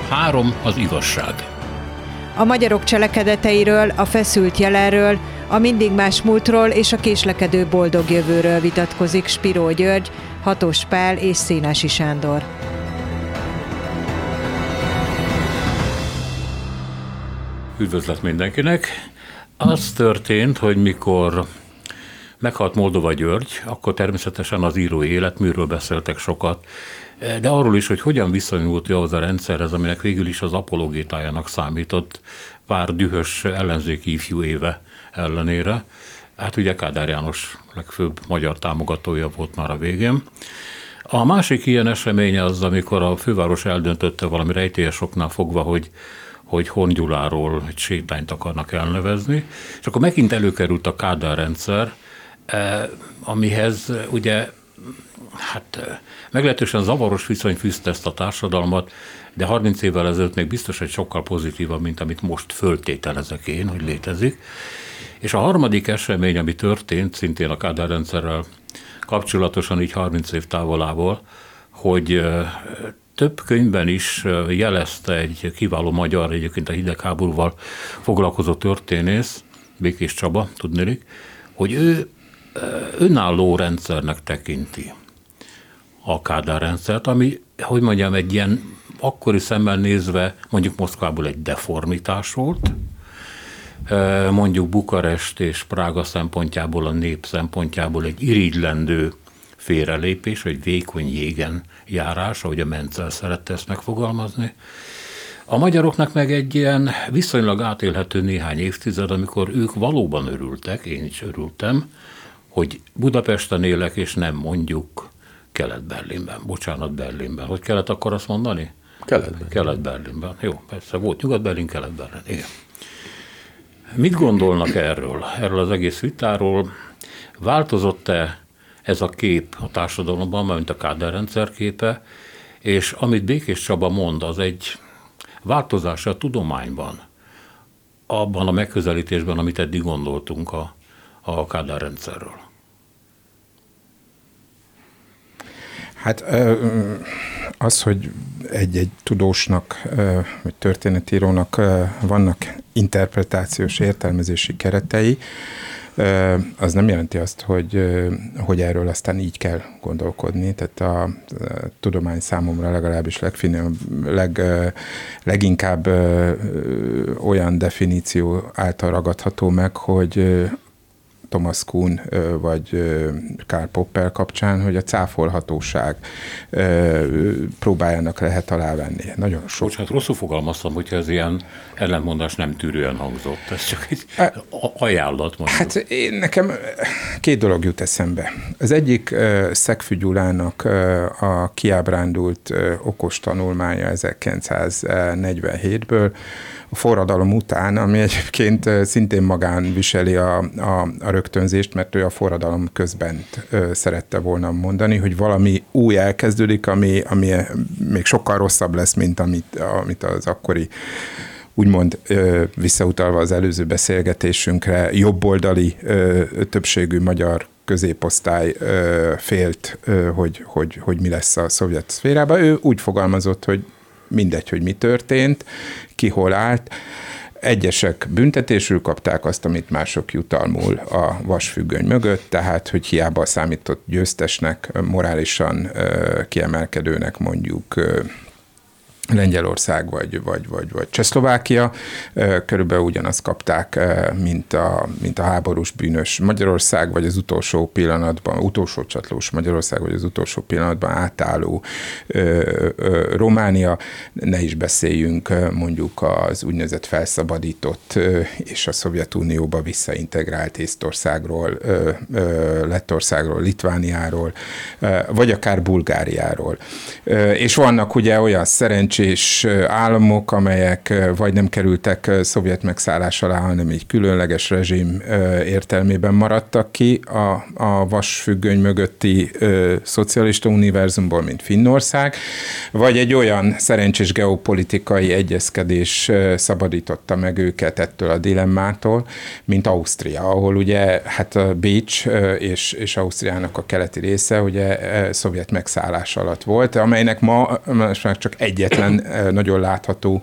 3. Az igazság. A magyarok cselekedeteiről, a feszült jelenről, a mindig más múltról és a késlekedő boldog jövőről vitatkozik Spiró György, Hatos Pál és Szénási Sándor. Üdvözlet mindenkinek! Az történt, hogy mikor meghalt Moldova György, akkor természetesen az írói életműről beszéltek sokat, de arról is, hogy hogyan viszonyult ahhoz a rendszerhez, aminek végül is az apologétájának számított pár dühös ellenzéki ifjú éve ellenére. Hát ugye Kádár János legfőbb magyar támogatója volt már a végén. A másik ilyen esemény az, amikor a főváros eldöntötte valami rejtélyes oknál fogva, hogy Horn Gyuláról egy sétányt akarnak elnevezni, és akkor megint előkerült a Kádár rendszer, amihez ugye meglehetősen zavaros viszony fűzte ezt a társadalmat, de 30 évvel ezelőtt még biztos, hogy sokkal pozitívabb, mint amit most föltételezek én, hogy létezik. És a harmadik esemény, ami történt, szintén a Kádár rendszerrel kapcsolatosan, így 30 év távolából, hogy több könyvben is jelezte egy kiváló magyar, egyébként a hidegháborúval foglalkozó történész, Békés Csaba, tudniillik, hogy ő önálló rendszernek tekinti a Kádár rendszert, ami, hogy mondjam, egy ilyen akkori szemmel nézve mondjuk Moszkvából egy deformitás volt, mondjuk Bukarest és Prága szempontjából, a nép szempontjából egy irigylendő félrelépés, vagy vékony jégen járás, ahogy a Menzel szerette ezt megfogalmazni. A magyaroknak meg egy ilyen viszonylag átélhető néhány évtized, amikor ők valóban örültek, én is örültem, hogy Budapesten élek, és nem mondjuk Kelet-Berlinben. Bocsánat, Berlinben. Hogy kellett akkor azt mondani? Kelet-Berlinben. Kelet-Berlinben. Jó, persze, volt Nyugat-Berlin, Kelet-Berlin. Igen. Mit gondolnak erről az egész vitáról? Változott-e ez a kép a társadalomban, mint a Kádár rendszer képe, és amit Békés Csaba mond, az egy változás a tudományban, abban a megközelítésben, amit eddig gondoltunk a Kádár rendszerről. Hát az, hogy egy tudósnak, vagy történetírónak vannak interpretációs értelmezési keretei, az nem jelenti azt, hogy erről aztán így kell gondolkodni. Tehát a tudomány számomra legalábbis leginkább olyan definíció által ragadható meg, hogy Thomas Kuhn vagy Karl Popper kapcsán, hogy a cáfolhatóság próbájának lehet alávenni. Nagyon sok. Bocsánat, rosszul fogalmaztam, hogyha ez ilyen ellentmondás nem tűrően hangzott. Ez csak egy ajánlat mondjuk. Hát nekem két dolog jut eszembe. Az egyik Szegfű Gyulának a kiábrándult okos tanulmánya 1947-ből, a forradalom után, ami egyébként szintén magán viseli a rögtönzést, mert ő a forradalom közben szerette volna mondani, hogy valami új elkezdődik, ami még sokkal rosszabb lesz, mint amit az akkori, úgymond visszautalva az előző beszélgetésünkre, jobboldali többségű magyar középosztály félt, hogy mi lesz a szovjet szférában. Ő úgy fogalmazott, hogy mindegy, hogy mi történt, ki hol állt. Egyesek büntetésül kapták azt, amit mások jutalmul a vasfüggöny mögött, tehát, hogy hiába számított győztesnek, morálisan kiemelkedőnek mondjuk Lengyelország vagy Csehszlovákia, körülbelül ugyanazt kapták, mint a háborús bűnös Magyarország, vagy az utolsó csatlós Magyarország, vagy az utolsó pillanatban átálló Románia. Ne is beszéljünk mondjuk az úgynevezett felszabadított és a Szovjetunióba visszaintegrált Észtországról, Lettországról, Litvániáról, vagy akár Bulgáriáról. És vannak ugye olyan szerencsés államok, amelyek vagy nem kerültek szovjet megszállás alá, hanem így különleges rezsim értelmében maradtak ki a vasfüggöny mögötti szocialista univerzumból, mint Finnország, vagy egy olyan szerencsés geopolitikai egyezkedés szabadította meg őket ettől a dilemmától, mint Ausztria, ahol ugye hát Bécs és Ausztriának a keleti része ugye szovjet megszállás alatt volt, amelynek ma most már csak egyetlen egyetlen nagyon látható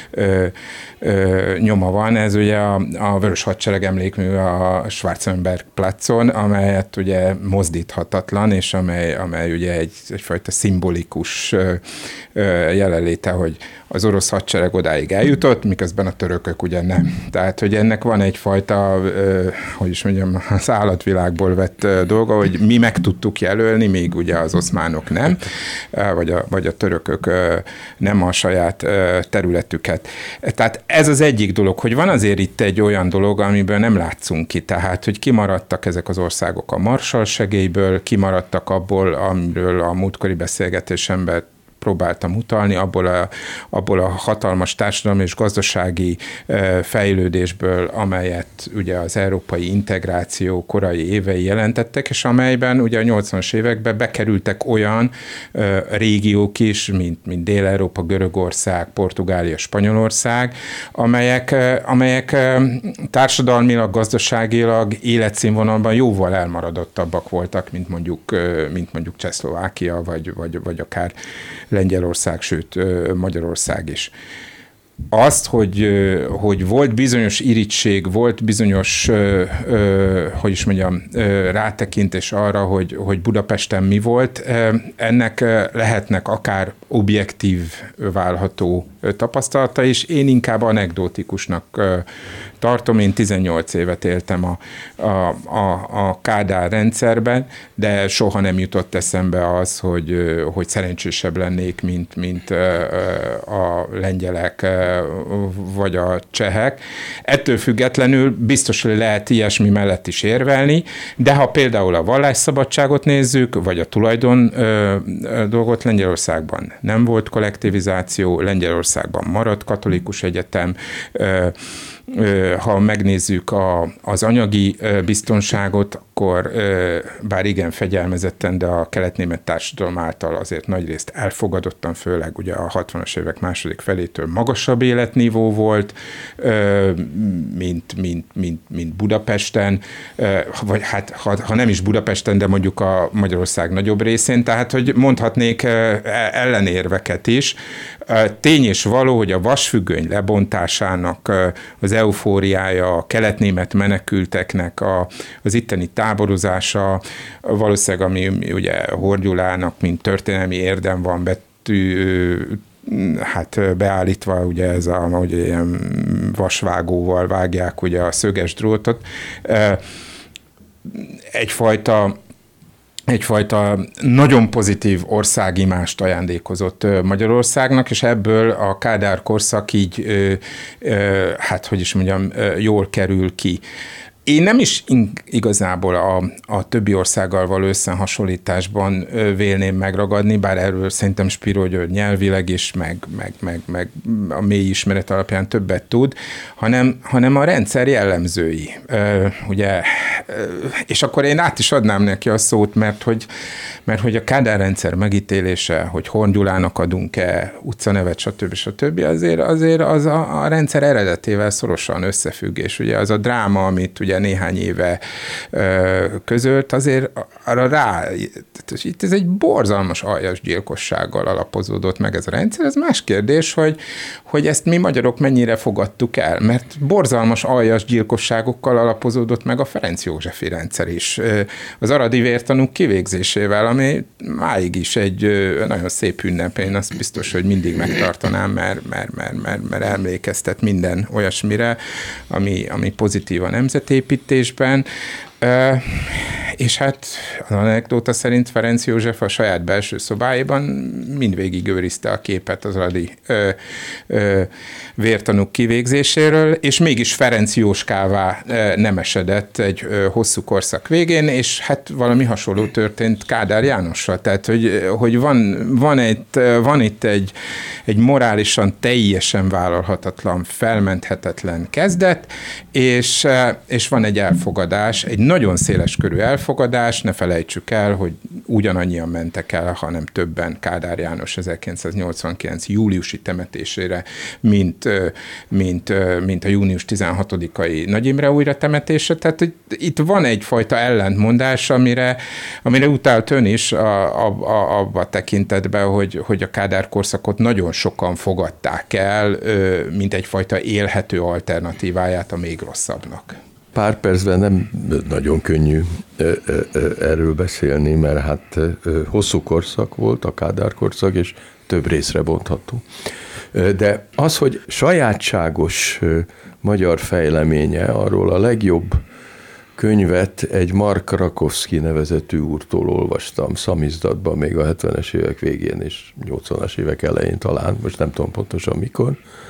nyoma van, ez ugye a Vörös Hadsereg emlékmű a Schwarzenberg Platzon, amelyet ugye mozdíthatatlan, és amely ugye egyfajta szimbolikus jelenléte, hogy az orosz hadsereg odáig eljutott, miközben a törökök ugye nem. Tehát, hogy ennek van egyfajta, hogy is mondjam, az állatvilágból vett dolga, hogy mi meg tudtuk jelölni, még ugye az oszmánok nem, vagy a törökök nem a saját területüket. Tehát ez az egyik dolog, hogy van azért itt egy olyan dolog, amiből nem látszunk ki, tehát, hogy kimaradtak ezek az országok a Marshall segélyből, kimaradtak abból, amiről a múltkori beszélgetésemben próbáltam utalni, abból a hatalmas társadalmi és gazdasági fejlődésből, amelyet ugye az európai integráció korai évei jelentettek, és amelyben ugye a 80-as években bekerültek olyan régiók is, mint Dél-Európa, Görögország, Portugália, Spanyolország, amelyek társadalmilag, gazdaságilag, életszínvonalban jóval elmaradottabbak voltak, mint mondjuk Csehszlovákia, vagy akár Lengyelország, sőt Magyarország is. Azt, hogy volt bizonyos irigység, volt bizonyos, hogy is mondjam, rátekintés arra, hogy Budapesten mi volt, ennek lehetnek akár objektív válható tapasztalata is. Én inkább anekdotikusnak tartom. Én 18 évet éltem a Kádár rendszerben, de soha nem jutott eszembe az, hogy szerencsésebb lennék, mint a lengyelek vagy a csehek. Ettől függetlenül biztos, hogy lehet ilyesmi mellett is érvelni, de ha például a vallásszabadságot nézzük, vagy a tulajdon dolgot, Lengyelországban nem volt kollektivizáció, Lengyelországban maradt katolikus egyetem, ha megnézzük az anyagi biztonságot, akkor bár igen fegyelmezetten, de a kelet-német társadalom által azért nagyrészt elfogadottan, főleg ugye a 60-as évek második felétől magasabb életnívó volt, mint Budapesten, vagy hát ha nem is Budapesten, de mondjuk a Magyarország nagyobb részén, tehát hogy mondhatnék ellenérveket is. Tény és való, hogy a vasfüggöny lebontásának az eufóriája, a kelet-német menekülteknek az itteni táborozása, valószínűleg ami ugye Horn Gyulának, mint történelmi érdem van beállítva, ugye ez hogy ilyen vasvágóval vágják ugye a szöges drótot, egyfajta nagyon pozitív országimást ajándékozott Magyarországnak, és ebből a Kádár korszak így, jól kerül ki. Én nem is igazából a többi országgal való összehasonlításban vélném megragadni, bár erről szerintem Spiró György nyelvileg is, meg a mély ismeret alapján többet tud, hanem a rendszer jellemzői. Ugye, és akkor én át is adnám neki a szót, mert hogy a Kádár rendszer megítélése, hogy Horn Gyulának adunk-e utcanevet, stb. Azért az a rendszer eredetével szorosan összefügg, és ugye az a dráma, amit ugye néhány éve közölt, azért arra itt ez egy borzalmas aljas gyilkossággal alapozódott meg ez a rendszer. Ez más kérdés, hogy ezt mi magyarok mennyire fogadtuk el, mert borzalmas aljas gyilkosságokkal alapozódott meg a Ferenc Józsefi rendszer is. Az aradi vértanúk kivégzésével, ami máig is egy nagyon szép ünnep, én azt biztos, hogy mindig megtartanám, mert emlékeztet minden olyasmire, ami pozitív a nemzetépítésben. És hát az anekdóta szerint Ferenc József a saját belső szobáiban mindvégig őrizte a képet az aradi vértanúk kivégzéséről, és mégis Ferenc Jóskává nem esedett egy hosszú korszak végén, és hát valami hasonló történt Kádár Jánossal. Tehát, hogy van itt egy morálisan teljesen vállalhatatlan, felmenthetetlen kezdet, és van egy elfogadás, egy nagyon széles körű elfogadás, befogadás, ne felejtsük el, hogy ugyanannyian mentek el, hanem többen Kádár János 1989. júliusi temetésére, mint a június 16-ai Nagy Imre újra temetése. Tehát itt van egyfajta ellentmondás, amire utált ön is abba tekintetben, hogy a Kádár korszakot nagyon sokan fogadták el, mint egyfajta élhető alternatíváját a még rosszabbnak. Pár percben nem nagyon könnyű erről beszélni, mert hát hosszú korszak volt a Kádár korszak, és több részre bontható. De az, hogy sajátságos magyar fejleménye, arról a legjobb könyvet egy Mark Rakowski nevezetű úrtól olvastam szamizdatban még a 70-es évek végén és 80-as évek elején talán, most nem tudom pontosan mikor.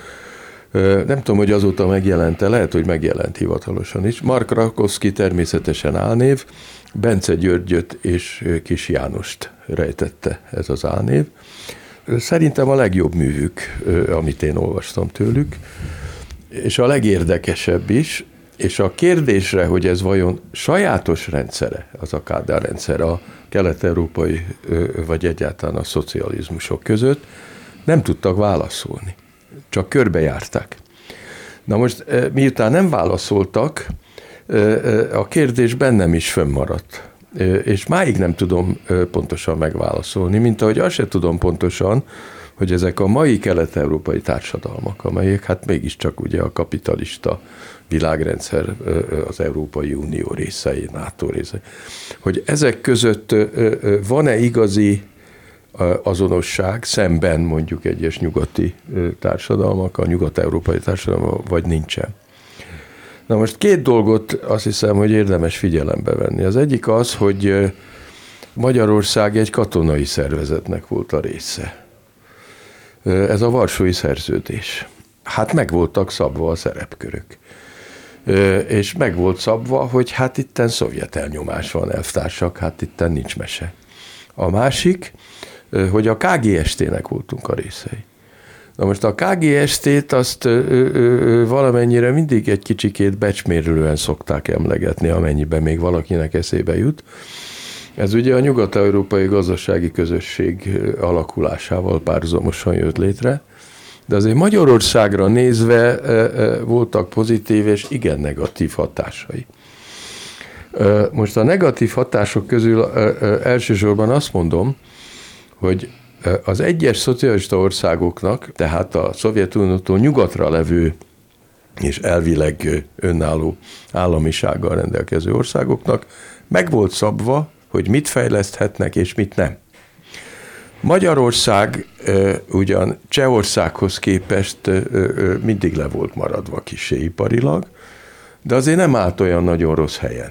Nem tudom, hogy azóta megjelent-e, lehet, hogy megjelent hivatalosan is. Mark Rakowski természetesen álnév, Bence Györgyöt és Kis Jánost rejtette ez az álnév. Szerintem a legjobb művük, amit én olvastam tőlük, és a legérdekesebb is, és a kérdésre, hogy ez vajon sajátos rendszere, az a Kádár rendszer a kelet-európai vagy egyáltalán a szocializmusok között, nem tudtak válaszolni. Csak körbejárták. Na most, miután nem válaszoltak, a kérdés bennem is fönnmaradt. És máig nem tudom pontosan megválaszolni, mint ahogy azt se tudom pontosan, hogy ezek a mai kelet-európai társadalmak, amelyek hát mégiscsak ugye a kapitalista világrendszer, az Európai Unió részei, NATO részei, hogy ezek között van-e igazi azonosság szemben mondjuk egyes nyugati társadalmak, a nyugat-európai társadalmak, vagy nincsen. Na most két dolgot azt hiszem, hogy érdemes figyelembe venni. Az egyik az, hogy Magyarország egy katonai szervezetnek volt a része. Ez a Varsói Szerződés. Hát meg voltak szabva a szerepkörök. És meg volt szabva, hogy hát itten szovjet elnyomás van, elvtársak, hát itten nincs mese. A másik, hogy a KGST-nek voltunk a részei. Na most a KGST-t azt valamennyire mindig egy kicsikét becsmérlően szokták emlegetni, amennyiben még valakinek eszébe jut. Ez ugye a nyugat-európai gazdasági közösség alakulásával párhuzamosan jött létre, de azért Magyarországra nézve voltak pozitív és igen negatív hatásai. Most a negatív hatások közül elsősorban azt mondom, hogy az egyes szocialista országoknak, tehát a Szovjetuniótól nyugatra levő és elvileg önálló államisággal rendelkező országoknak meg volt szabva, hogy mit fejleszthetnek és mit nem. Magyarország ugyan Csehországhoz képest mindig le volt maradva kissé iparilag, de azért nem állt olyan nagyon rossz helyen.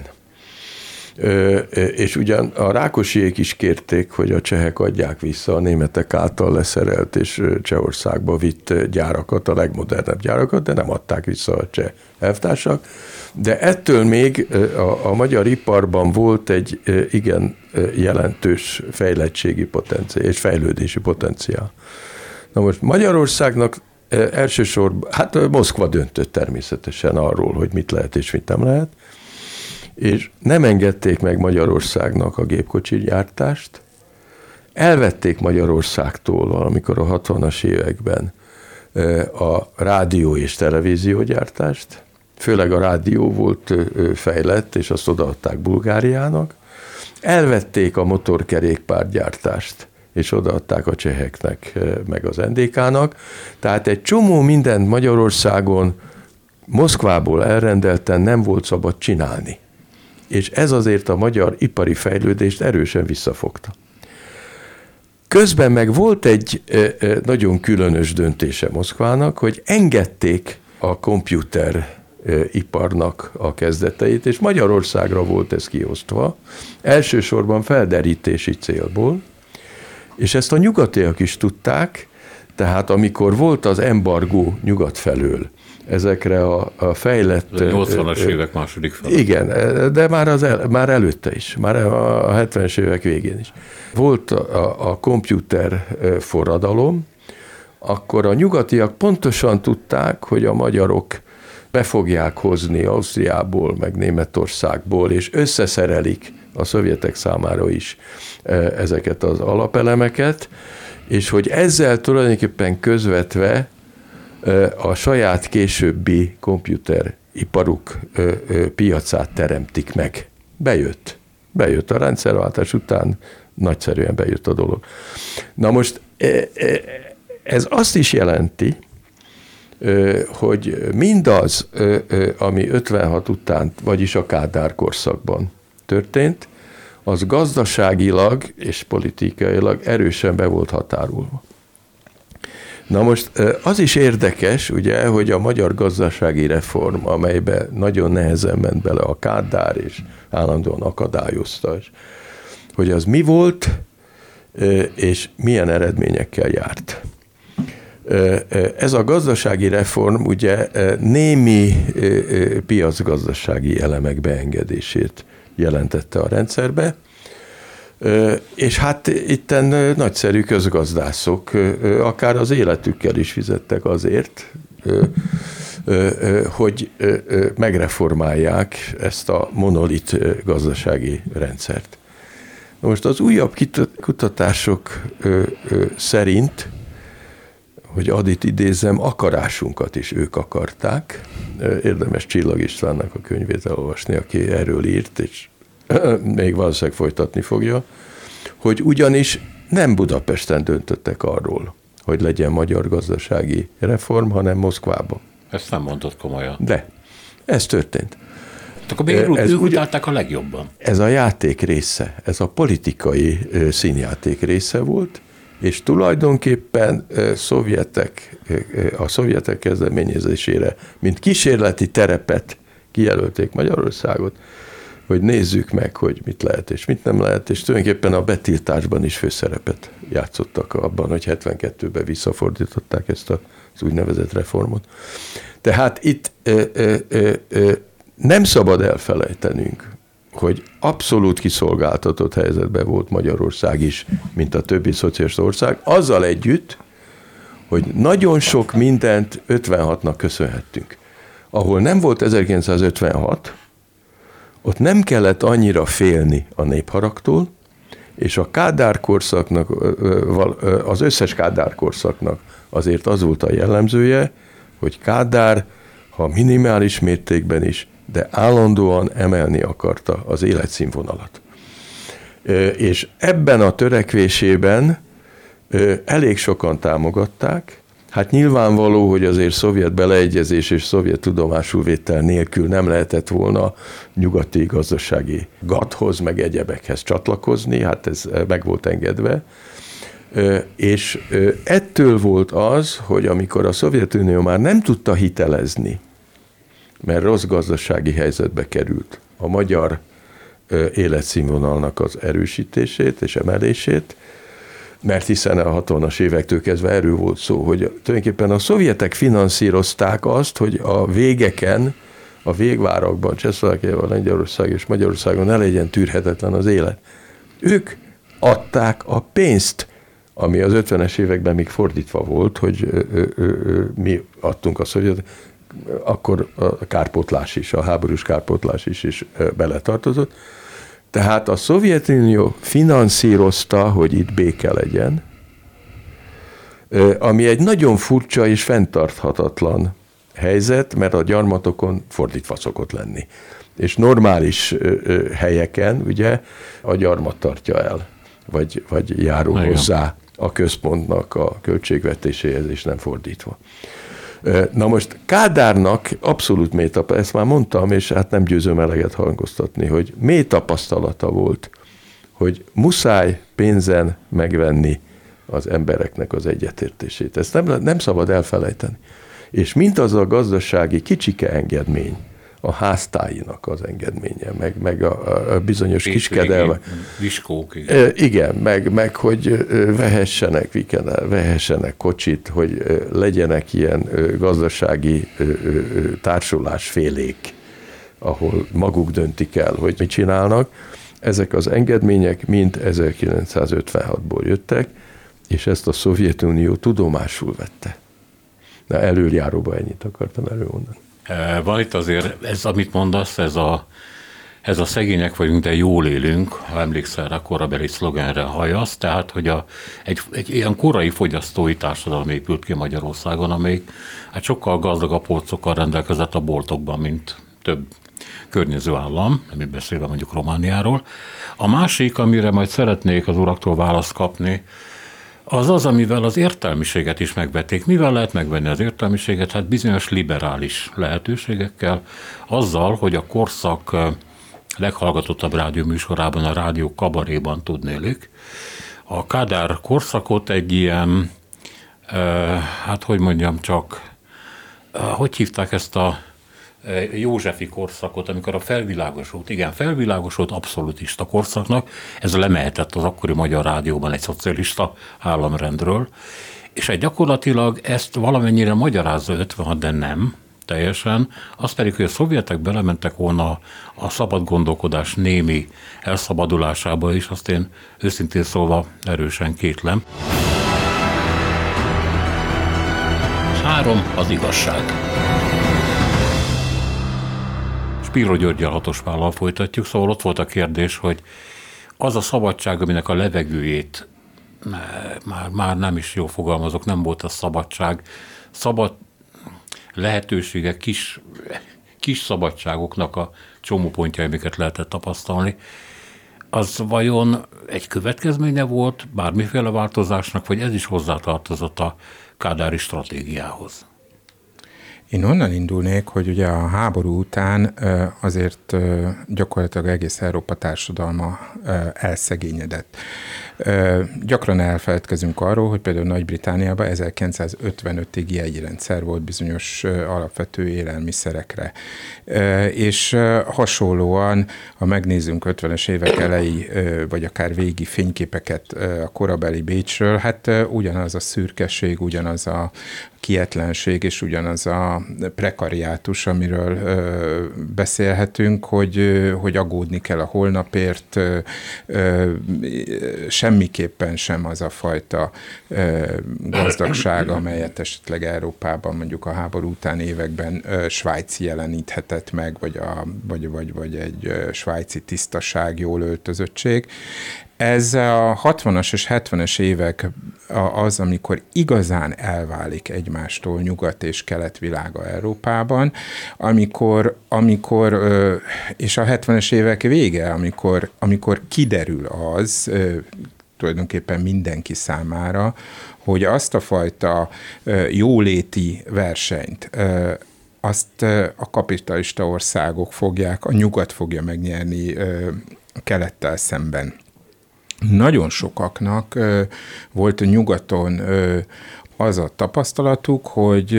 És ugyan a Rákosiék is kérték, hogy a csehek adják vissza a németek által leszerelt és Csehországba vitt gyárakat, a legmodernebb gyárakat, de nem adták vissza a cseh elvtársak. De ettől még a magyar iparban volt egy igen jelentős fejlettségi potenciál és fejlődési potenciál. Na most Magyarországnak elsősorban, hát Moszkva döntött természetesen arról, hogy mit lehet és mit nem lehet, és nem engedték meg Magyarországnak a gépkocsi gyártást, elvették Magyarországtól valamikor a 60-as években a rádió és televíziógyártást, főleg a rádió volt fejlett, és azt odaadták Bulgáriának, elvették a motorkerékpárgyártást, és odaadták a cseheknek, meg az NDK-nak, tehát egy csomó mindent Magyarországon Moszkvából elrendelten nem volt szabad csinálni. És ez azért a magyar ipari fejlődést erősen visszafogta. Közben meg volt egy nagyon különös döntése Moszkvának, hogy engedték a kompjúteriparnak a kezdeteit, és Magyarországra volt ez kiosztva, elsősorban felderítési célból, és ezt a nyugatiak is tudták, tehát amikor volt az embargó nyugat felől, ezekre a fejlett... 80-as évek második felé. Igen, de már előtte is, már a 70-es évek végén is. Volt a komputer forradalom, akkor a nyugatiak pontosan tudták, hogy a magyarok be fogják hozni Ausztriából, meg Németországból, és összeszerelik a szovjetek számára is ezeket az alapelemeket, és hogy ezzel tulajdonképpen közvetve a saját későbbi kompjúteriparuk piacát teremtik meg. Bejött a rendszerváltás után, nagyszerűen bejött a dolog. Na most ez azt is jelenti, hogy mindaz, ami 56 után, vagyis a Kádár korszakban történt, az gazdaságilag és politikailag erősen be volt határolva. Na most az is érdekes, ugye, hogy a magyar gazdasági reform, amelybe nagyon nehezen ment bele a Kádár, és állandóan akadályozta, hogy az mi volt, és milyen eredményekkel járt. Ez a gazdasági reform ugye némi piacgazdasági elemek beengedését jelentette a rendszerbe, és hát itten nagyszerű közgazdászok akár az életükkel is fizettek azért, hogy megreformálják ezt a monolit gazdasági rendszert. Most az újabb kutatások szerint, hogy Adit idézem, akarásunkat is ők akarták. Érdemes Csillag Istvánnak a könyvét elolvasni, aki erről írt, és még valószínűleg folytatni fogja, hogy ugyanis nem Budapesten döntöttek arról, hogy legyen magyar gazdasági reform, hanem Moszkvában. Ezt nem mondott komolyan. De, ez történt. Akkor miért ők utálták a legjobban? Ez a játék része, ez a politikai színjáték része volt, és tulajdonképpen a szovjetek kezdeményezésére, mint kísérleti terepet kijelölték Magyarországot, hogy nézzük meg, hogy mit lehet és mit nem lehet, és tulajdonképpen a betiltásban is főszerepet játszottak abban, hogy 72-ben visszafordították ezt az úgynevezett reformot. Tehát itt nem szabad elfelejtenünk, hogy abszolút kiszolgáltatott helyzetben volt Magyarország is, mint a többi szocialista ország, azzal együtt, hogy nagyon sok mindent 56-nak köszönhettünk. Ahol nem volt 1956, ott nem kellett annyira félni a népharagtól, és a Kádár korszaknak, az összes Kádár korszaknak azért az volt a jellemzője, hogy Kádár, ha minimális mértékben is, de állandóan emelni akarta az életszínvonalat. És ebben a törekvésében elég sokan támogatták. Hát nyilvánvaló, hogy azért szovjet beleegyezés és szovjet tudomásulvétel nélkül nem lehetett volna nyugati gazdasági GATT-hoz, meg egyebekhez csatlakozni, hát ez meg volt engedve. És ettől volt az, hogy amikor a Szovjetunió már nem tudta hitelezni, mert rossz gazdasági helyzetbe került a magyar életszínvonalnak az erősítését és emelését, mert hiszen a 60-as évektől kezdve erről volt szó, hogy tulajdonképpen a szovjetek finanszírozták azt, hogy a végeken, a végvárakban, Csehszlovákiában, Lengyelország és Magyarországon ne legyen tűrhetetlen az élet. Ők adták a pénzt, ami az 50-es években még fordítva volt, hogy mi adtunk a szovjet, akkor a kárpótlás is, a háborús kárpótlás is beletartozott. Tehát a Szovjetunió finanszírozta, hogy itt béke legyen, ami egy nagyon furcsa és fenntarthatatlan helyzet, mert a gyarmatokon fordítva szokott lenni. És normális helyeken ugye a gyarmat tartja el, vagy járul hozzá a központnak a költségvetéséhez, és nem fordítva. Na most Kádárnak abszolút mély tapasztalata, ezt már mondtam, és hát nem győzöm eleget hangoztatni, hogy mély tapasztalata volt, hogy muszáj pénzen megvenni az embereknek az egyetértését. Ezt nem szabad elfelejteni. És mint az a gazdasági kicsike engedmény, a háztáinak az engedménye, meg a bizonyos kiskedelme. Viskók. Igen, meg hogy vehessenek kocsit, hogy legyenek ilyen gazdasági társulásfélék, ahol maguk döntik el, hogy mit csinálnak. Ezek az engedmények mind 1956-ból jöttek, és ezt a Szovjetunió tudomásul vette. Na, előjáróba ennyit akartam előmondani. Van itt azért, ez amit mondasz, ez a ez a szegények vagyunk, de jól élünk, ha emlékszel rá, korabeli szlogenre hajasz, tehát, hogy egy ilyen korai fogyasztói társadalom épült ki Magyarországon, amelyik hát sokkal gazdagabb polcokkal rendelkezett a boltokban, mint több környező állam, nem beszélve mondjuk Romániáról. A másik, amire majd szeretnék az uraktól választ kapni, az, amivel az értelmiséget is megvették. Mivel lehet megvenni az értelmiséget? Hát bizonyos liberális lehetőségekkel, azzal, hogy a korszak leghallgatottabb rádióműsorában, a Rádió Kabaréban tudnélik. A Kádár korszakot egy ilyen, hát hogy mondjam csak, hogy hívták ezt a józsefi korszakot, amikor a felvilágosult abszolutista korszaknak, ez lemehetett az akkori Magyar Rádióban egy szocialista államrendről, és gyakorlatilag ezt valamennyire magyarázza 56, de nem teljesen, az pedig, hogy a szovjetek belementek volna a szabad gondolkodás némi elszabadulásába is, azt én őszintén szólva erősen kétlem. 3. Az igazság. Spiro Györggyel Hatos-Pállal folytatjuk, szóval ott volt a kérdés, hogy az a szabadság, aminek a levegőjét már nem is jól fogalmazok, nem volt a szabadság, szabad lehetőségek, kis szabadságoknak a csomópontjai, amiket lehetett tapasztalni, az vajon egy következménye volt bármiféle változásnak, vagy ez is hozzátartozott a kádári stratégiához? Én onnan indulnék, hogy ugye a háború után azért gyakorlatilag egész Európa társadalma elszegényedett. Gyakran elfeledkezünk arról, hogy például Nagy-Britanniában 1955-ig jegyrendszer volt bizonyos alapvető élelmiszerekre. És hasonlóan, ha megnézzünk 50-es évek elejé, vagy akár végi fényképeket a korabeli Bécsről, hát ugyanaz a szürkeség, ugyanaz a kietlenség és ugyanaz a prekariátus, amiről beszélhetünk, hogy aggódni kell a holnapért, semmiképpen sem az a fajta gazdagság, amelyet esetleg Európában mondjuk a háború utáni években Svájc jeleníthetett meg, vagy egy svájci tisztaság, jól öltözöttség. Ez a 60-as és 70-es évek az, amikor igazán elválik egymástól nyugat és kelet világa Európában, amikor és a 70-es évek vége, amikor kiderül az, tulajdonképpen mindenki számára, hogy azt a fajta jóléti versenyt, azt a kapitalista országok fogják, a nyugat fogja megnyerni kelettel szemben. Nagyon sokaknak volt a nyugaton az a tapasztalatuk,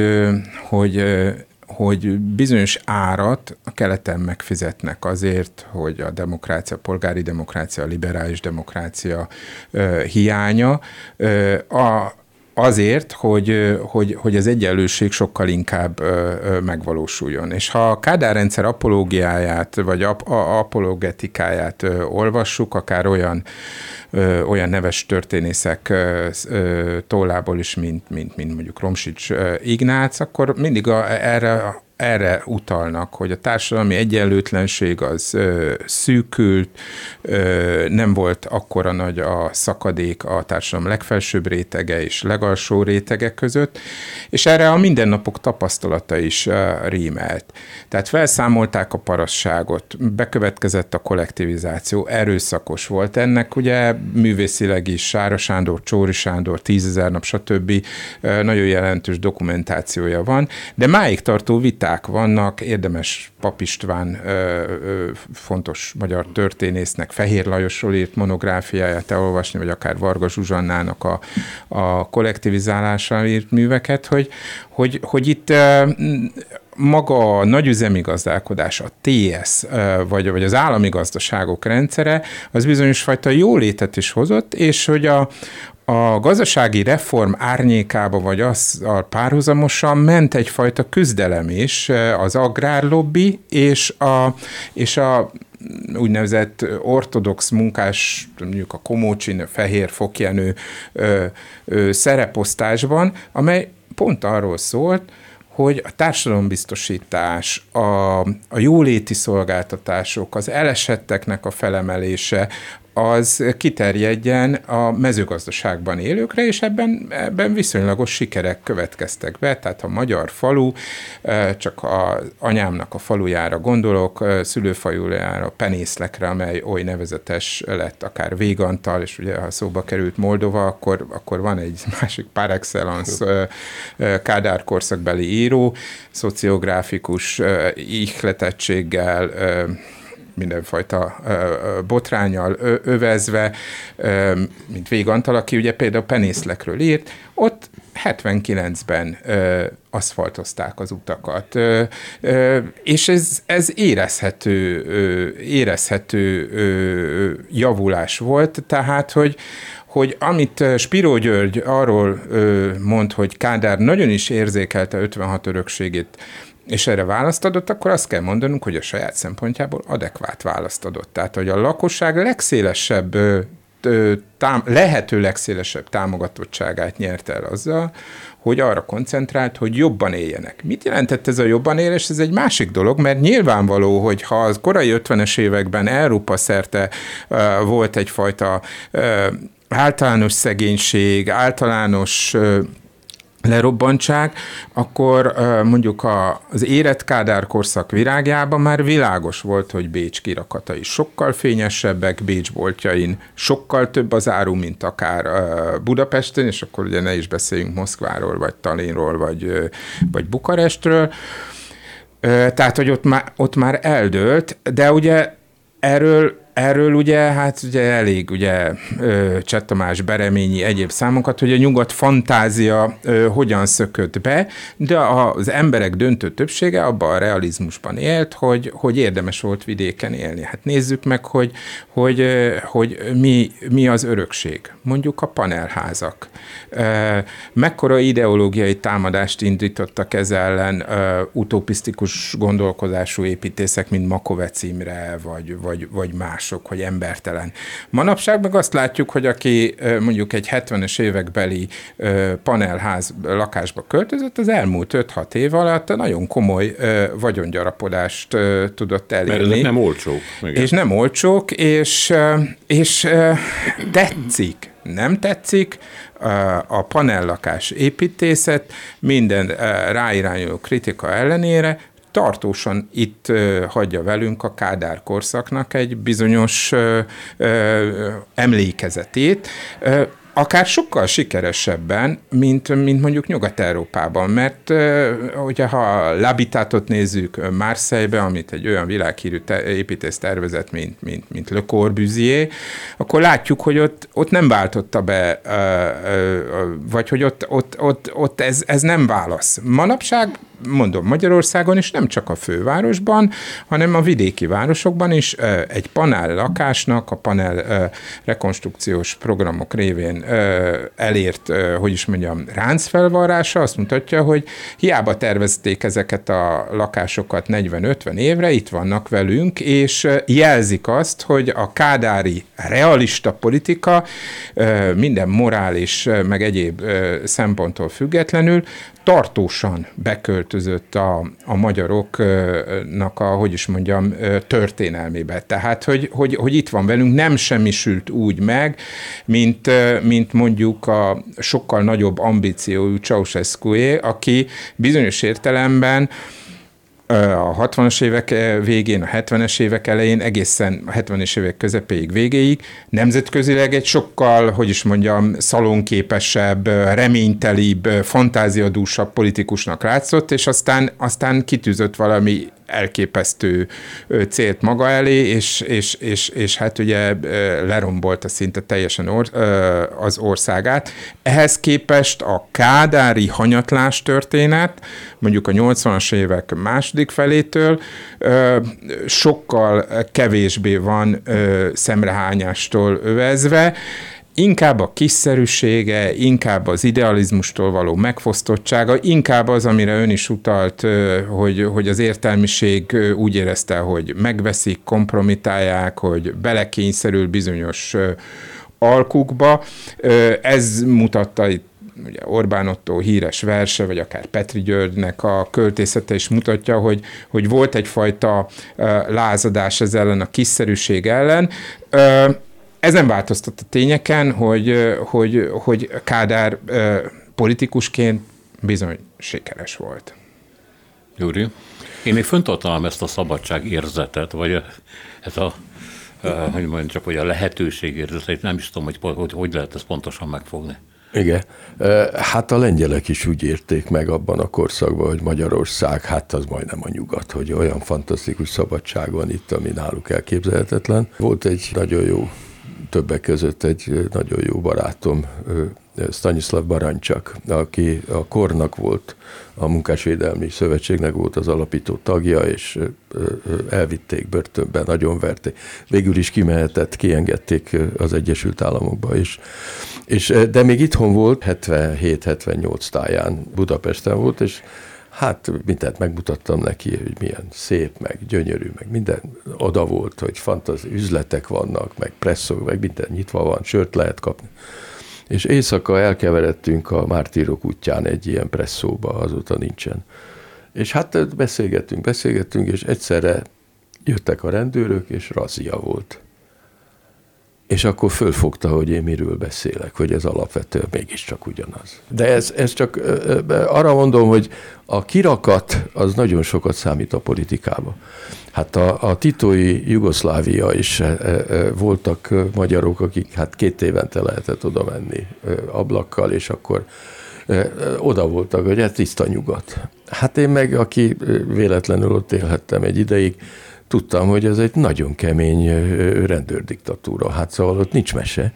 hogy bizonyos árat a keleten megfizetnek azért, hogy a demokrácia, a polgári demokrácia, a liberális demokrácia hiánya, azért, hogy az egyenlőség sokkal inkább megvalósuljon. És ha a Kádár rendszer apológiáját, vagy apologetikáját olvassuk, akár olyan neves történészek tollából is, mint mondjuk Romsics Ignác, akkor mindig erre utalnak, hogy a társadalmi egyenlőtlenség az szűkült, nem volt akkora nagy a szakadék a társadalom legfelsőbb rétege és legalsó rétege között, és erre a mindennapok tapasztalata is rímelt. Tehát felszámolták a parasztságot, bekövetkezett a kollektivizáció, erőszakos volt. Ennek ugye művészileg is Sára Sándor, Csóri Sándor, 10 000 nap, stb. Nagyon jelentős dokumentációja van, de máig tartó viták vannak, érdemes Pap István fontos magyar történésznek Fehér Lajosról írt monográfiáját elolvasni, vagy akár Varga Zsuzsannának a kollektivizálásra írt műveket, hogy itt maga a nagyüzemi gazdálkodás, a TS, vagy az állami gazdaságok rendszere, az bizonyos fajta jólétet is hozott, és hogy a gazdasági reform árnyékába, vagy azzal párhuzamosan ment egyfajta küzdelem is, az agrárlobbi és a úgynevezett ortodox munkás, mondjuk a Komócsin, a Fehér Fokjenő szereposztásban, amely pont arról szólt, hogy a társadalombiztosítás, a jóléti szolgáltatások, az elesetteknek a felemelése, az kiterjedjen a mezőgazdaságban élőkre, és ebben viszonylagos sikerek következtek be. Tehát a magyar falu, csak az anyámnak a falujára gondolok, szülőfalujára, Penészlekre, amely oly nevezetes lett, akár Végantal, és ugye ha szóba került Moldova, akkor van egy másik par excellence Kádár korszakbeli író, szociográfikus ihletettséggel, mindenfajta botránnyal övezve, mint Végantal, aki ugye például Penészlekről írt, ott 79-ben aszfaltozták az utakat, és ez érezhető javulás volt, tehát, hogy amit Spiró György arról mond, hogy Kádár nagyon is érzékelte 56 örökségét, és erre választ adott, akkor azt kell mondanunk, hogy a saját szempontjából adekvát választ adott. Tehát, hogy a lakosság legszélesebb, lehető legszélesebb támogatottságát nyert el azzal, hogy arra koncentrált, hogy jobban éljenek. Mit jelentett ez a jobban élés? Ez egy másik dolog, mert nyilvánvaló, hogy ha az korai 50-es években Európa szerte volt egyfajta általános szegénység, általános lerobbantság, akkor mondjuk az érett Kádár korszak virágjában már világos volt, hogy Bécs kirakatai sokkal fényesebbek, Bécs boltjain sokkal több az áru, mint akár Budapesten, és akkor ugye ne is beszéljünk Moszkváról, vagy Tallinnról, vagy Bukarestről. Tehát, hogy ott már eldőlt, de ugye Erről ugye, hát ugye elég ugye Cseh Tamás, Bereményi, egyéb számokat, hogy a nyugat fantázia hogyan szökött be, de az emberek döntő többsége abban a realizmusban élt, hogy érdemes volt vidéken élni. Hát nézzük meg, hogy mi az örökség. Mondjuk a panelházak. Mekkora ideológiai támadást indítottak ez ellen utopisztikus gondolkozású építészek, mint Makovec Imre, vagy más, hogy embertelen. Manapság meg azt látjuk, hogy aki mondjuk egy 70-es évekbeli panelház lakásba költözött, az elmúlt 5-6 év alatt nagyon komoly vagyongyarapodást tudott elérni. Mert ezek nem olcsók. És nem olcsók, és tetszik. Nem tetszik, a panellakás építészet minden ráirányuló kritika ellenére tartósan itt hagyja velünk a Kádár korszaknak egy bizonyos emlékezetét, akár sokkal sikeresebben, mint mondjuk Nyugat-Európában, mert ugye ha a L'Habitátot nézzük Marseille-be, amit egy olyan világhírű építész tervezett, mint Le Corbusier, akkor látjuk, hogy ott nem váltotta be, vagy hogy ott ez nem válasz. Manapság, mondom, Magyarországon is nem csak a fővárosban, hanem a vidéki városokban is egy panel lakásnak, a panel rekonstrukciós programok révén elért, ráncfelvarrása azt mutatja, hogy hiába tervezték ezeket a lakásokat 40-50 évre, itt vannak velünk, és jelzik azt, hogy a kádári realista politika minden morális, meg egyéb szemponttól függetlenül tartósan beköltözött a magyaroknak történelmébe. Tehát, hogy itt van velünk, nem semmisült úgy meg, mint mondjuk a sokkal nagyobb ambíciójú Ceausescué, aki bizonyos értelemben a 60-as évek végén, a 70-es évek elején, egészen a 70-es évek közepéig, végéig nemzetközileg egy sokkal, szalonképesebb, reménytelibb, fantáziadúsabb politikusnak látszott, és aztán kitűzött valami elképesztő célt maga elé, és hát ugye lerombolta szinte teljesen az országát. Ehhez képest a kádári hanyatlás történet, mondjuk a 80-as évek második felétől sokkal kevésbé van szemrehányástól övezve, inkább a kiszerűsége, inkább az idealizmustól való megfosztottsága, inkább az, amire ön is utalt, hogy az értelmiség úgy érezte, hogy megveszik, kompromitálják, hogy belekényszerül bizonyos alkukba. Ez mutatta itt ugye Orbán Ottó híres verse, vagy akár Petri Györgynek a költészete is mutatja, hogy volt egyfajta lázadás ez ellen, a kiszerűség ellen. Ez nem változtat a tényeken, hogy Kádár politikusként bizony sikeres volt. Gyuri, én még föntartanám ezt a szabadságérzetet, vagy ez a, hogy mondjam, csak hogy a lehetőségérzetet, nem is tudom, hogy lehet ezt pontosan megfogni. Igen. Hát a lengyelek is úgy érték meg abban a korszakban, hogy Magyarország, hát az majdnem a nyugat, hogy olyan fantasztikus szabadság van itt, ami náluk elképzelhetetlen. Volt egy nagyon jó, többek között egy nagyon jó barátom, Stanislav Barancsak, aki a Kornak volt, a Munkásvédelmi Szövetségnek volt az alapító tagja, és elvitték börtönbe, nagyon verték. Végül is kimehetett, kiengedték az Egyesült Államokba is. De még itthon volt, 77-78 táján Budapesten volt, és hát mindent megmutattam neki, hogy milyen szép, meg gyönyörű, meg minden oda volt, hogy fantazi üzletek vannak, meg presszok, meg minden nyitva van, sört lehet kapni. És éjszaka elkeveredtünk a Mártírok útján egy ilyen presszóba, azóta nincsen. És hát beszélgettünk, és egyszerre jöttek a rendőrök, és razzia volt. És akkor fölfogta, hogy én miről beszélek, hogy ez alapvetően mégiscsak ugyanaz. De ez csak arra mondom, hogy a kirakat az nagyon sokat számít a politikába. Hát a titói Jugoszlávia is voltak magyarok, akik hát 2 évente lehetett oda menni ablakkal, és akkor oda voltak, hogy ez tiszta nyugat. Hát én meg, aki véletlenül ott élhettem egy ideig, tudtam, hogy ez egy nagyon kemény rendőrdiktatúra, hát szóval ott nincs mese.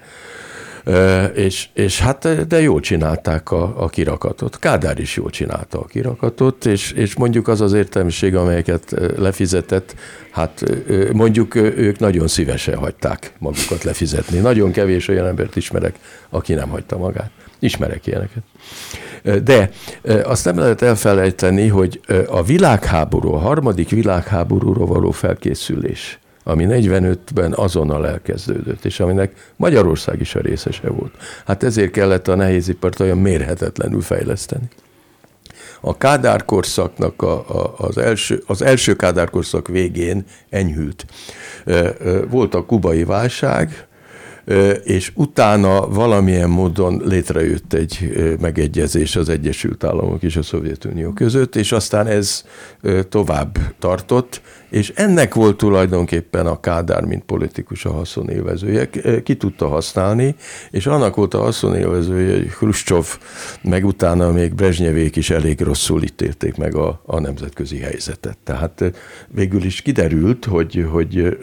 És hát, de jól csinálták a kirakatot. Kádár is jól csinálta a kirakatot, és mondjuk az az értelmiség, amelyeket lefizetett, hát mondjuk ők nagyon szívesen hagyták magukat lefizetni. Nagyon kevés olyan embert ismerek, aki nem hagyta magát. Ismerek ilyeneket. De azt nem lehet elfelejteni, hogy a világháború, a 3. világháborúra való felkészülés, ami 45-ben azonnal elkezdődött, és aminek Magyarország is a részese volt. Hát ezért kellett a nehézipart olyan mérhetetlenül fejleszteni. A Kádár korszaknak az első Kádár korszak végén enyhült. Volt a kubai válság, és utána valamilyen módon létrejött egy megegyezés az Egyesült Államok és a Szovjetunió között, és aztán ez tovább tartott, és ennek volt tulajdonképpen a Kádár, mint politikus a haszonélvezője. Ki tudta használni, és annak volt a haszonélvezője, hogy Hruscsov, meg utána még Brezsnyevék is elég rosszul ítélték meg a nemzetközi helyzetet. Tehát végül is kiderült, hogy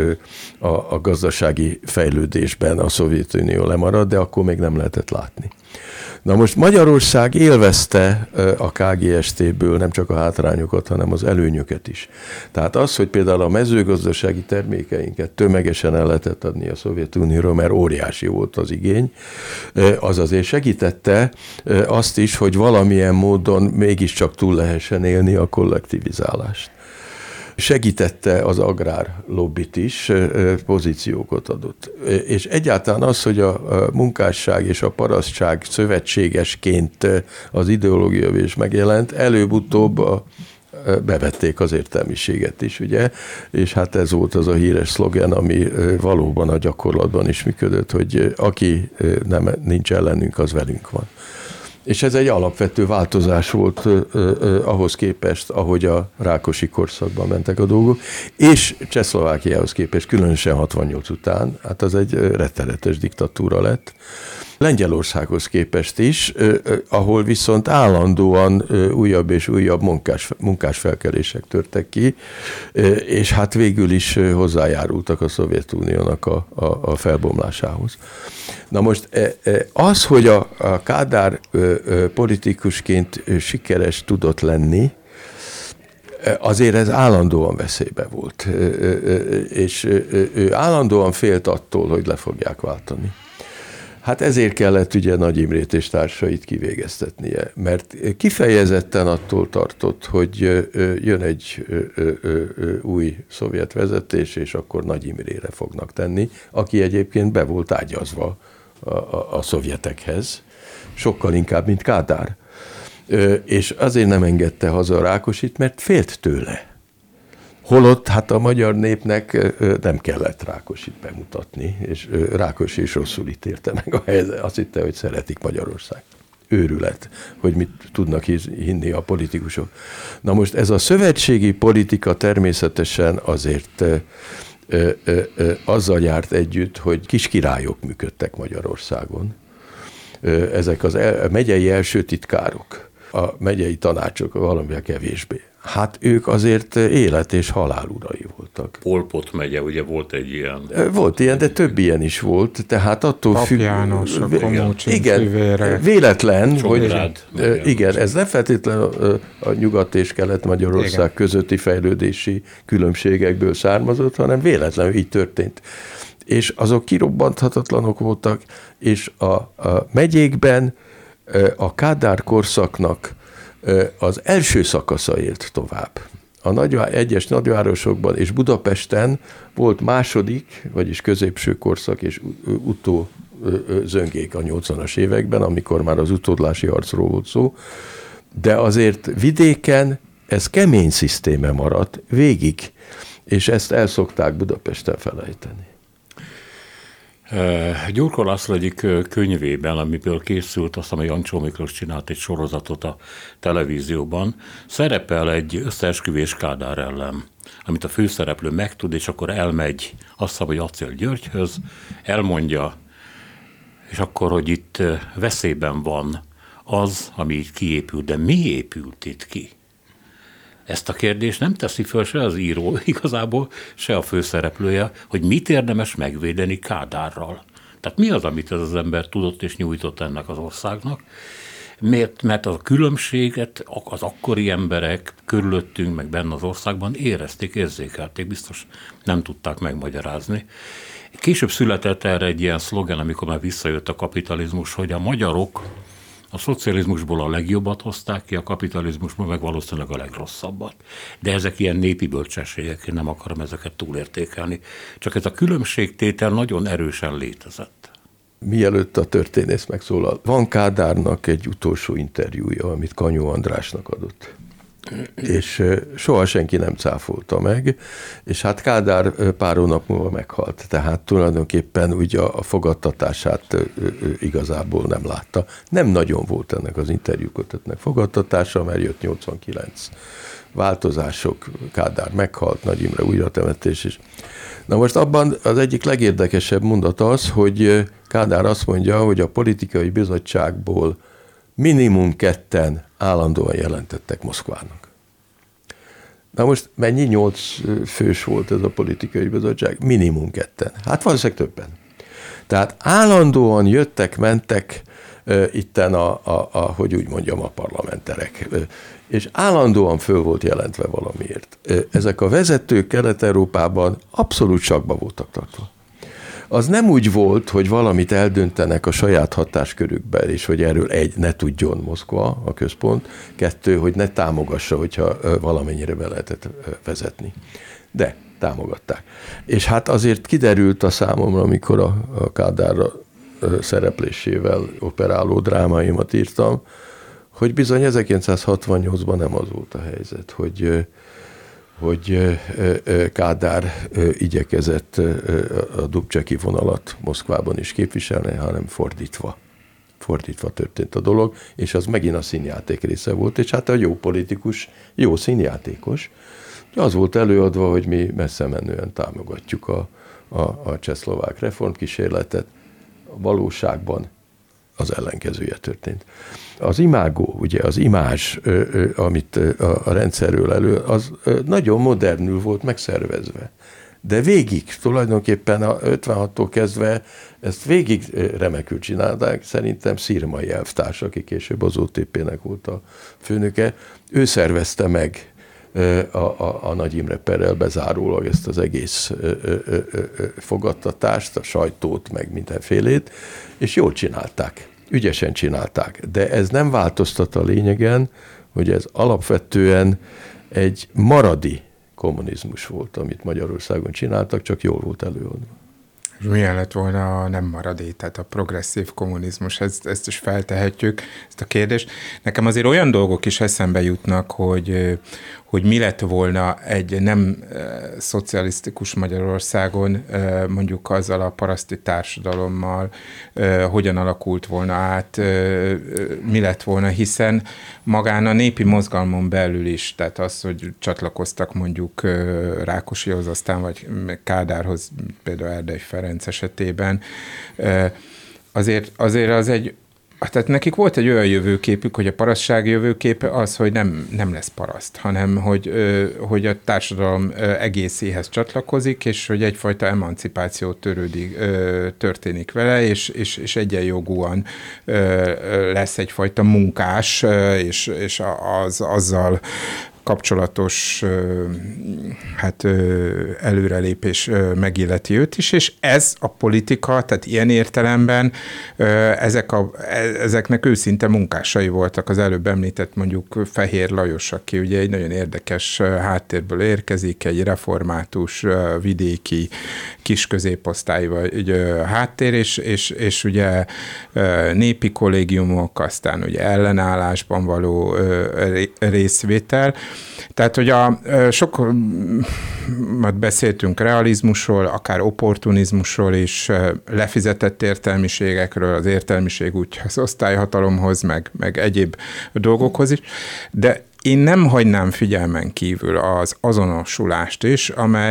a gazdasági fejlődésben a Szovjetunió lemarad, de akkor még nem lehetett látni. Na most Magyarország élvezte a KGST-ből nem csak a hátrányokat, hanem az előnyöket is. Tehát az, hogy például a mezőgazdasági termékeinket tömegesen el lehetett adni a Szovjetunióra, mert óriási volt az igény, az azért segítette azt is, hogy valamilyen módon mégiscsak túl lehessen élni a kollektivizálást. Segítette az agrárlobbit is, pozíciókat adott. És egyáltalán az, hogy a munkásság és a parasztság szövetségesként az ideológia is megjelent, előbb-utóbb bevették az értelmiséget is, ugye, és hát ez volt az a híres szlogen, ami valóban a gyakorlatban is működött, hogy aki nincs ellenünk, az velünk van. És ez egy alapvető változás volt ahhoz képest, ahogy a Rákosi korszakban mentek a dolgok, és Csehszlovákiához képest, különösen 68 után, hát az egy rettenetes diktatúra lett. Lengyelországhoz képest is, ahol viszont állandóan újabb és újabb munkásfelkelések törtek ki, és hát végül is hozzájárultak a Szovjetuniónak a felbomlásához. Na most az, hogy a Kádár politikusként sikeres tudott lenni, azért ez állandóan veszélybe volt, és ő állandóan félt attól, hogy le fogják váltani. Hát ezért kellett ugye Nagy Imrét és társait kivégeztetnie, mert kifejezetten attól tartott, hogy jön egy új szovjet vezetés, és akkor Nagy Imrére fognak tenni, aki egyébként be volt ágyazva a szovjetekhez. sokkal inkább, mint Kádár. És azért nem engedte haza Rákosit, mert félt tőle. Holott hát a magyar népnek nem kellett Rákosit bemutatni, és Rákosi is rosszul ítélte meg a helyzet. Azt hitte, hogy szeretik Magyarország. Őrület, hogy mit tudnak hinni a politikusok. Na most ez a szövetségi politika természetesen azért azzal járt együtt, hogy kiskirályok működtek Magyarországon. Ezek az megyei első titkárok, a megyei tanácsok valamivel kevésbé. Hát ők azért élet és halál urai voltak. Pol Pot megye, ugye volt egy ilyen? Volt ilyen, de több ilyen is volt, tehát attól függ... Pap János, a Komócsi igen, fivére. Véletlen, Csongrád, hogy igen, ez nem feltétlenül a Nyugat és Kelet-Magyarország közötti fejlődési különbségekből származott, hanem véletlenül így történt. És azok kirobbanthatatlanok voltak, és a megyékben a Kádár korszaknak az első szakasza élt tovább. Egyes nagyvárosokban és Budapesten volt második, vagyis középső korszak és utózöngék a 80-as években, amikor már az utódlási harcról volt szó, de azért vidéken ez kemény szisztéme maradt végig, és ezt el szokták Budapesten felejteni. Gyurkó László egyik könyvében, amiből készült, azt hiszem, a Jancsó Miklós csinált egy sorozatot a televízióban, szerepel egy összeesküvés Kádár ellen, amit a főszereplő megtud, és akkor elmegy, azt hiszem, hogy Acél Györgyhöz, elmondja, és akkor, hogy itt veszélyben van az, ami itt kiépült, de mi épült itt ki? Ezt a kérdést nem teszi föl se az író igazából, se a főszereplője, hogy mit érdemes megvédeni Kádárral. Tehát mi az, amit ez az ember tudott és nyújtott ennek az országnak? Mert a különbséget az akkori emberek körülöttünk, meg benne az országban érezték, érzékelték, biztos nem tudták megmagyarázni. Később született erre egy ilyen szlogen, amikor már visszajött a kapitalizmus, hogy a magyarok a szocializmusból a legjobbat hozták ki, a kapitalizmusból meg valószínűleg a legrosszabbat. De ezek ilyen népi bölcsességek, én nem akarom ezeket túlértékelni. Csak ez a különbségtétel nagyon erősen létezett. Mielőtt a történész megszólal, van Kádárnak egy utolsó interjúja, amit Kanyó Andrásnak adott. És soha senki nem cáfolta meg, és hát Kádár pár hónap múlva meghalt, tehát tulajdonképpen úgy a fogadtatását igazából nem látta. Nem nagyon volt ennek az interjúkötetnek fogadtatása, mert jött 89 változások, Kádár meghalt, Nagy Imre újratemetés is. Na most abban az egyik legérdekesebb mondat az, hogy Kádár azt mondja, hogy a politikai bizottságból minimum 2-en állandóan jelentettek Moszkvának. Na most mennyi 8 fős volt ez a politikai bizottság? Minimum 2-en. Hát valószínűleg többen. Tehát állandóan jöttek-mentek itten hogy úgy mondjam, a parlamenterek. És állandóan föl volt jelentve valamiért. Ezek a vezetők Kelet-Európában abszolút sakba voltak tartva. Az nem úgy volt, hogy valamit eldöntenek a saját hatáskörükben, és hogy erről ne tudjon Moszkva, a központ, 2, hogy ne támogassa, hogyha valamennyire be lehetett vezetni. De támogatták. És hát azért kiderült a számomra, amikor a Kádár szereplésével operáló drámáimat írtam, hogy bizony 1968-ban nem az volt a helyzet, hogy Kádár igyekezett a Dubčeky vonalat Moszkvában is képviselni, hanem fordítva. Fordítva történt a dolog, és az megint a színjáték része volt, és hát a jó politikus, jó színjátékos, az volt előadva, hogy mi messze menően támogatjuk a csehszlovák reformkísérletet. A valóságban az ellenkezője történt. Az imágó, ugye az imázs, amit a rendszerről az nagyon modernül volt megszervezve. De végig, tulajdonképpen a 56-tól kezdve ezt végig remekül csinálták. Szerintem Szirmai elvtárs, aki később az OTP-nek volt a főnöke, ő szervezte meg a Nagy Imre perrel bezárólag ezt az egész fogadtatást, a sajtót, meg mindenfélét, és jól csinálták, ügyesen csinálták. De ez nem változtat a lényegen, hogy ez alapvetően egy maradi kommunizmus volt, amit Magyarországon csináltak, csak jól volt előadva. Milyen lett volna a nem maradék, tehát a progresszív kommunizmus, ezt is feltehetjük, ezt a kérdést. Nekem azért olyan dolgok is eszembe jutnak, hogy mi lett volna egy nem szocialisztikus Magyarországon, mondjuk azzal a paraszti társadalommal, hogyan alakult volna át, mi lett volna, hiszen magán a népi mozgalmon belül is, tehát az, hogy csatlakoztak mondjuk Rákosihoz, aztán vagy Kádárhoz, például Erdei Ferenc esetében, azért az egy, tehát nekik volt egy olyan jövőképük, hogy a parasztság jövőképe az, hogy nem lesz paraszt, hanem hogy a társadalom egészéhez csatlakozik, és hogy egyfajta emancipáció történik vele, és egyenjogúan lesz egyfajta munkás, és azzal kapcsolatos előrelépés megilleti őt is, és ez a politika, tehát ilyen értelemben ezeknek őszinte munkásai voltak. Az előbb említett mondjuk Fehér Lajos, aki ugye egy nagyon érdekes háttérből érkezik, egy református, vidéki, kis középosztályú háttér, és ugye népi kollégiumok, aztán ugye ellenállásban való részvétel. Tehát, hogy sokat beszéltünk realizmusról, akár opportunizmusról is, lefizetett értelmiségekről, az értelmiség úgy az osztályhatalomhoz, meg egyéb dolgokhoz is, de én nem hagynám figyelmen kívül az azonosulást is,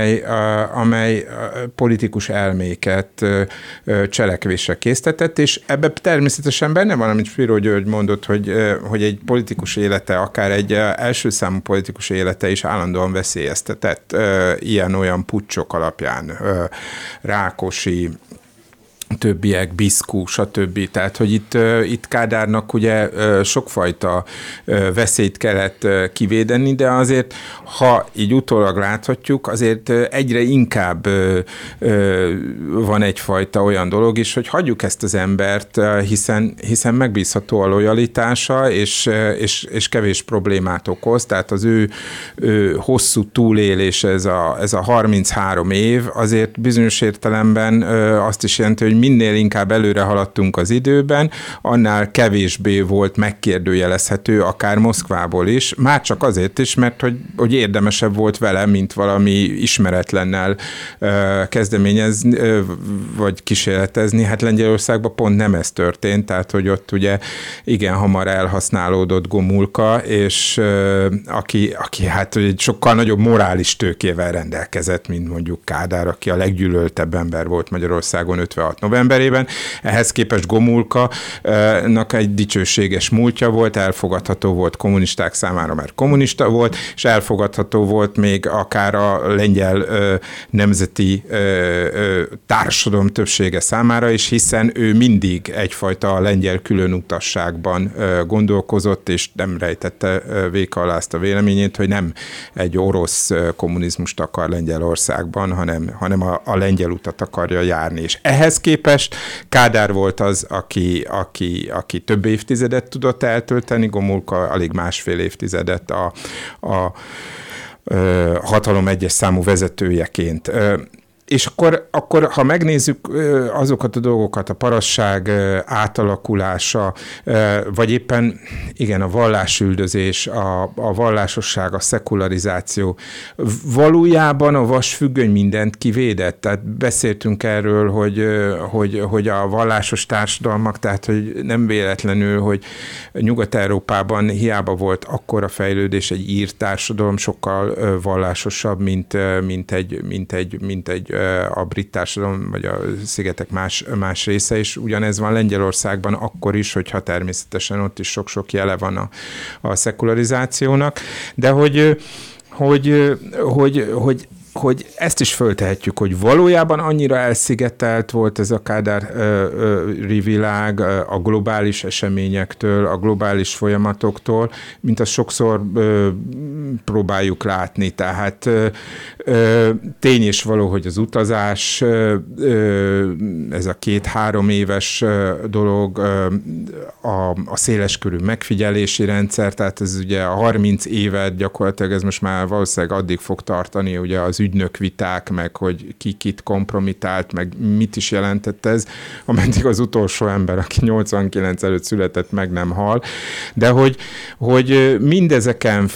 amely politikus elméket cselekvésre késztetett, és ebben természetesen benne van, amit Spiro György mondott, hogy egy politikus élete, akár egy első számú politikus élete is állandóan veszélyeztetett ilyen-olyan puccsok alapján. Rákosi, többiek, Biszkú, stb. Tehát, hogy itt Kádárnak ugye sokfajta veszélyt kellett kivédeni, de azért, ha így utólag láthatjuk, azért egyre inkább van egyfajta olyan dolog is, hogy hagyjuk ezt az embert, hiszen megbízható a lojalitása, és kevés problémát okoz, tehát az ő hosszú túlélés, ez a 33 év, azért bizonyos értelemben azt is jelenti, hogy minél inkább előre haladtunk az időben, annál kevésbé volt megkérdőjelezhető, akár Moszkvából is, már csak azért is, mert hogy érdemesebb volt vele, mint valami ismeretlennel kezdeményezni, vagy kísérletezni. Hát Lengyelországban pont nem ez történt, tehát hogy ott ugye igen hamar elhasználódott Gomulka, és aki hát egy sokkal nagyobb morális tőkével rendelkezett, mint mondjuk Kádár, aki a leggyűlöltebb ember volt Magyarországon 56 novemberében. Ehhez képest Gomulka-nak egy dicsőséges múltja volt, elfogadható volt kommunisták számára, mert kommunista volt, és elfogadható volt még akár a lengyel nemzeti társadalom többsége számára is, hiszen ő mindig egyfajta lengyel különutasságban gondolkozott, és nem rejtette véka alá azt a véleményét, hogy nem egy orosz kommunizmust akar Lengyelországban, hanem a lengyel utat akarja járni. És ehhez képest Kádár volt az, aki több évtizedet tudott eltölteni, Gomulka alig másfél évtizedet a hatalom egyes számú vezetőjeként. És akkor, ha megnézzük azokat a dolgokat, a parasság átalakulása, vagy éppen igen, a vallásüldözés, a vallásosság, a szekularizáció, valójában a vasfüggöny mindent kivédett. Tehát beszéltünk erről, hogy a vallásos társadalmak, tehát hogy nem véletlenül, hogy Nyugat-Európában hiába volt akkora fejlődés, egy ír társadalom sokkal vallásosabb, mint egy a brit társadalom, vagy a szigetek más része is. Ugyanez van Lengyelországban akkor is, hogyha természetesen ott is sok-sok jele van a szekularizációnak, de hogy ezt is föltehetjük, hogy valójában annyira elszigetelt volt ez a kádári világ a globális eseményektől, a globális folyamatoktól, mint azt sokszor próbáljuk látni. Tehát Tény is való, hogy az utazás, ez a 2-3 éves dolog, a széleskörű megfigyelési rendszer, tehát ez ugye a 30 évet gyakorlatilag ez most már valószínűleg addig fog tartani, ugye az ügynökviták, meg hogy ki kit kompromitált, meg mit is jelentett ez, ameddig az utolsó ember, aki 89 előtt született, meg nem hal, de hogy mindezeken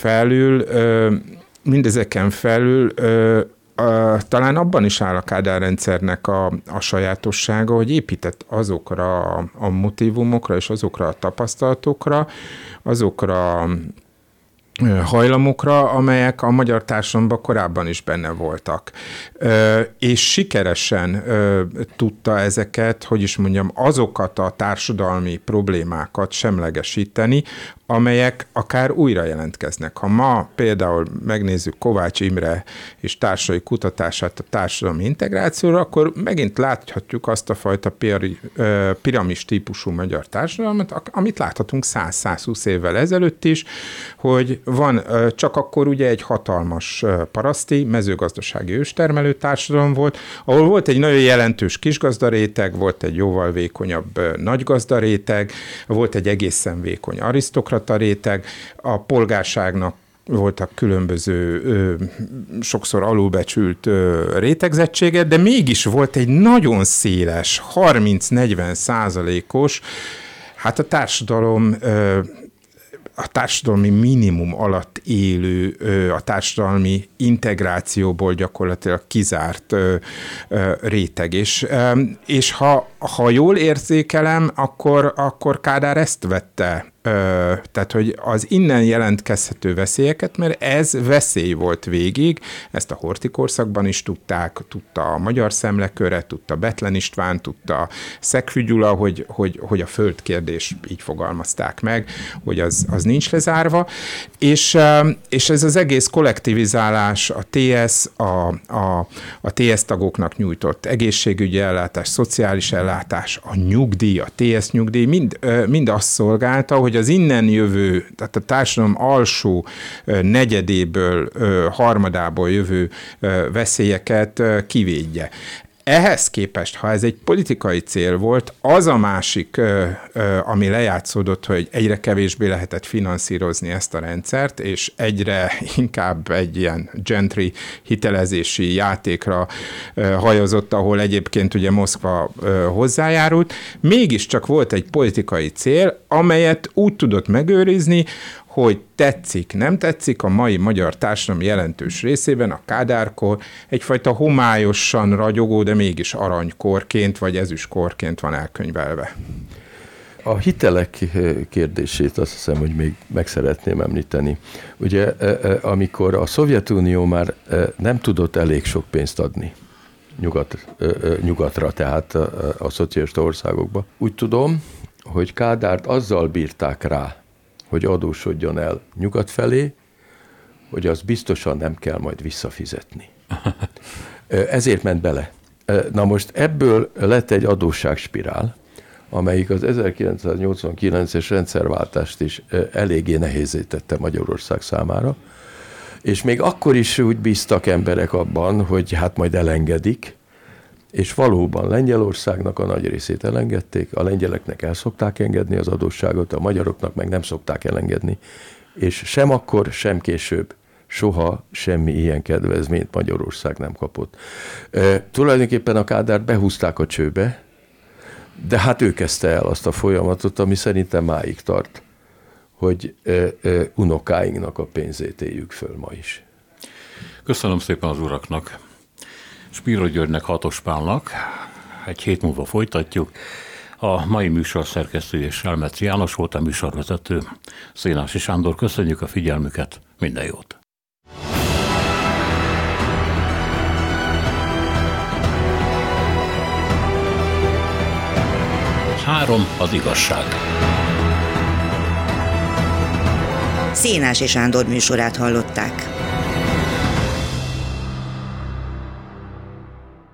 felül talán abban is áll a Kádár rendszernek a sajátossága, hogy épített azokra a motívumokra és azokra a tapasztalatokra, azokra hajlamokra, amelyek a magyar társadalomban korábban is benne voltak. És sikeresen tudta ezeket, hogy is mondjam, azokat a társadalmi problémákat semlegesíteni, amelyek akár újra jelentkeznek. Ha ma például megnézzük Kovács Imre és társai kutatását a társadalmi integrációra, akkor megint láthatjuk azt a fajta piramis típusú magyar társadalmat, amit láthatunk 100-120 évvel ezelőtt is, hogy van csak akkor ugye egy hatalmas paraszti, mezőgazdasági őstermelő társadalom volt, ahol volt egy nagyon jelentős kisgazdaréteg, volt egy jóval vékonyabb nagygazdaréteg, volt egy egészen vékony arisztokrata réteg, a polgárságnak voltak különböző, sokszor alulbecsült rétegzettsége, de mégis volt egy nagyon széles, 30-40%-os, hát a társadalmi minimum alatt élő, a társadalmi integrációból gyakorlatilag kizárt réteg. És ha jól érzékelem, akkor Kádár ezt vette, tehát hogy az innen jelentkezhető veszélyeket, mert ez veszély volt végig, ezt a Horthy korszakban is tudta a Magyar Szemleköre, tudta Bethlen István, tudta Szegfű Gyula, hogy a földkérdés, így fogalmazták meg, hogy az nincs lezárva, és ez az egész kollektivizálás, a TS, a TS tagoknak nyújtott egészségügyi ellátás, szociális ellátás, a nyugdíj, a TS nyugdíj, mind azt szolgálta, hogy az innen jövő, tehát a társadalom alsó negyedéből, harmadából jövő veszélyeket kivédje. Ehhez képest, ha ez egy politikai cél volt, az a másik, ami lejátszódott, hogy egyre kevésbé lehetett finanszírozni ezt a rendszert, és egyre inkább egy ilyen gentry hitelezési játékra hajozott, ahol egyébként ugye Moszkva hozzájárult. Mégiscsak volt egy politikai cél, amelyet úgy tudott megőrizni, hogy tetszik, nem tetszik, a mai magyar társadalom jelentős részében a Kádárkor egyfajta homályosan ragyogó, de mégis aranykorként vagy ezüstkorként van elkönyvelve. A hitelek kérdését azt hiszem, hogy még meg szeretném említeni. Ugye, amikor a Szovjetunió már nem tudott elég sok pénzt adni nyugatra, tehát a szocialista országokba, úgy tudom, hogy Kádárt azzal bírták rá, hogy adósodjon el nyugat felé, hogy az biztosan nem kell majd visszafizetni. Ezért ment bele. Na most ebből lett egy adósságspirál, amelyik az 1989-es rendszerváltást is eléggé nehézzé tette Magyarország számára, és még akkor is úgy bíztak emberek abban, hogy hát majd elengedik, és valóban Lengyelországnak a nagy részét elengedték, a lengyeleknek el szokták engedni az adósságot, a magyaroknak meg nem szokták elengedni, és sem akkor, sem később soha semmi ilyen kedvezményt Magyarország nem kapott. Tulajdonképpen a Kádárt behúzták a csőbe, de hát ő kezdte el azt a folyamatot, ami szerintem máig tart, hogy unokáinknak a pénzét éljük föl ma is. Köszönöm szépen az uraknak. Spiro Györgynek, Hatos Pálnak. Egy hét múlva folytatjuk. A mai műsor szerkesztő és Selmeci János volt, a műsorvezető. Szénási Sándor, köszönjük a figyelmüket, minden jót! Három az igazság. Szénási Sándor műsorát hallották.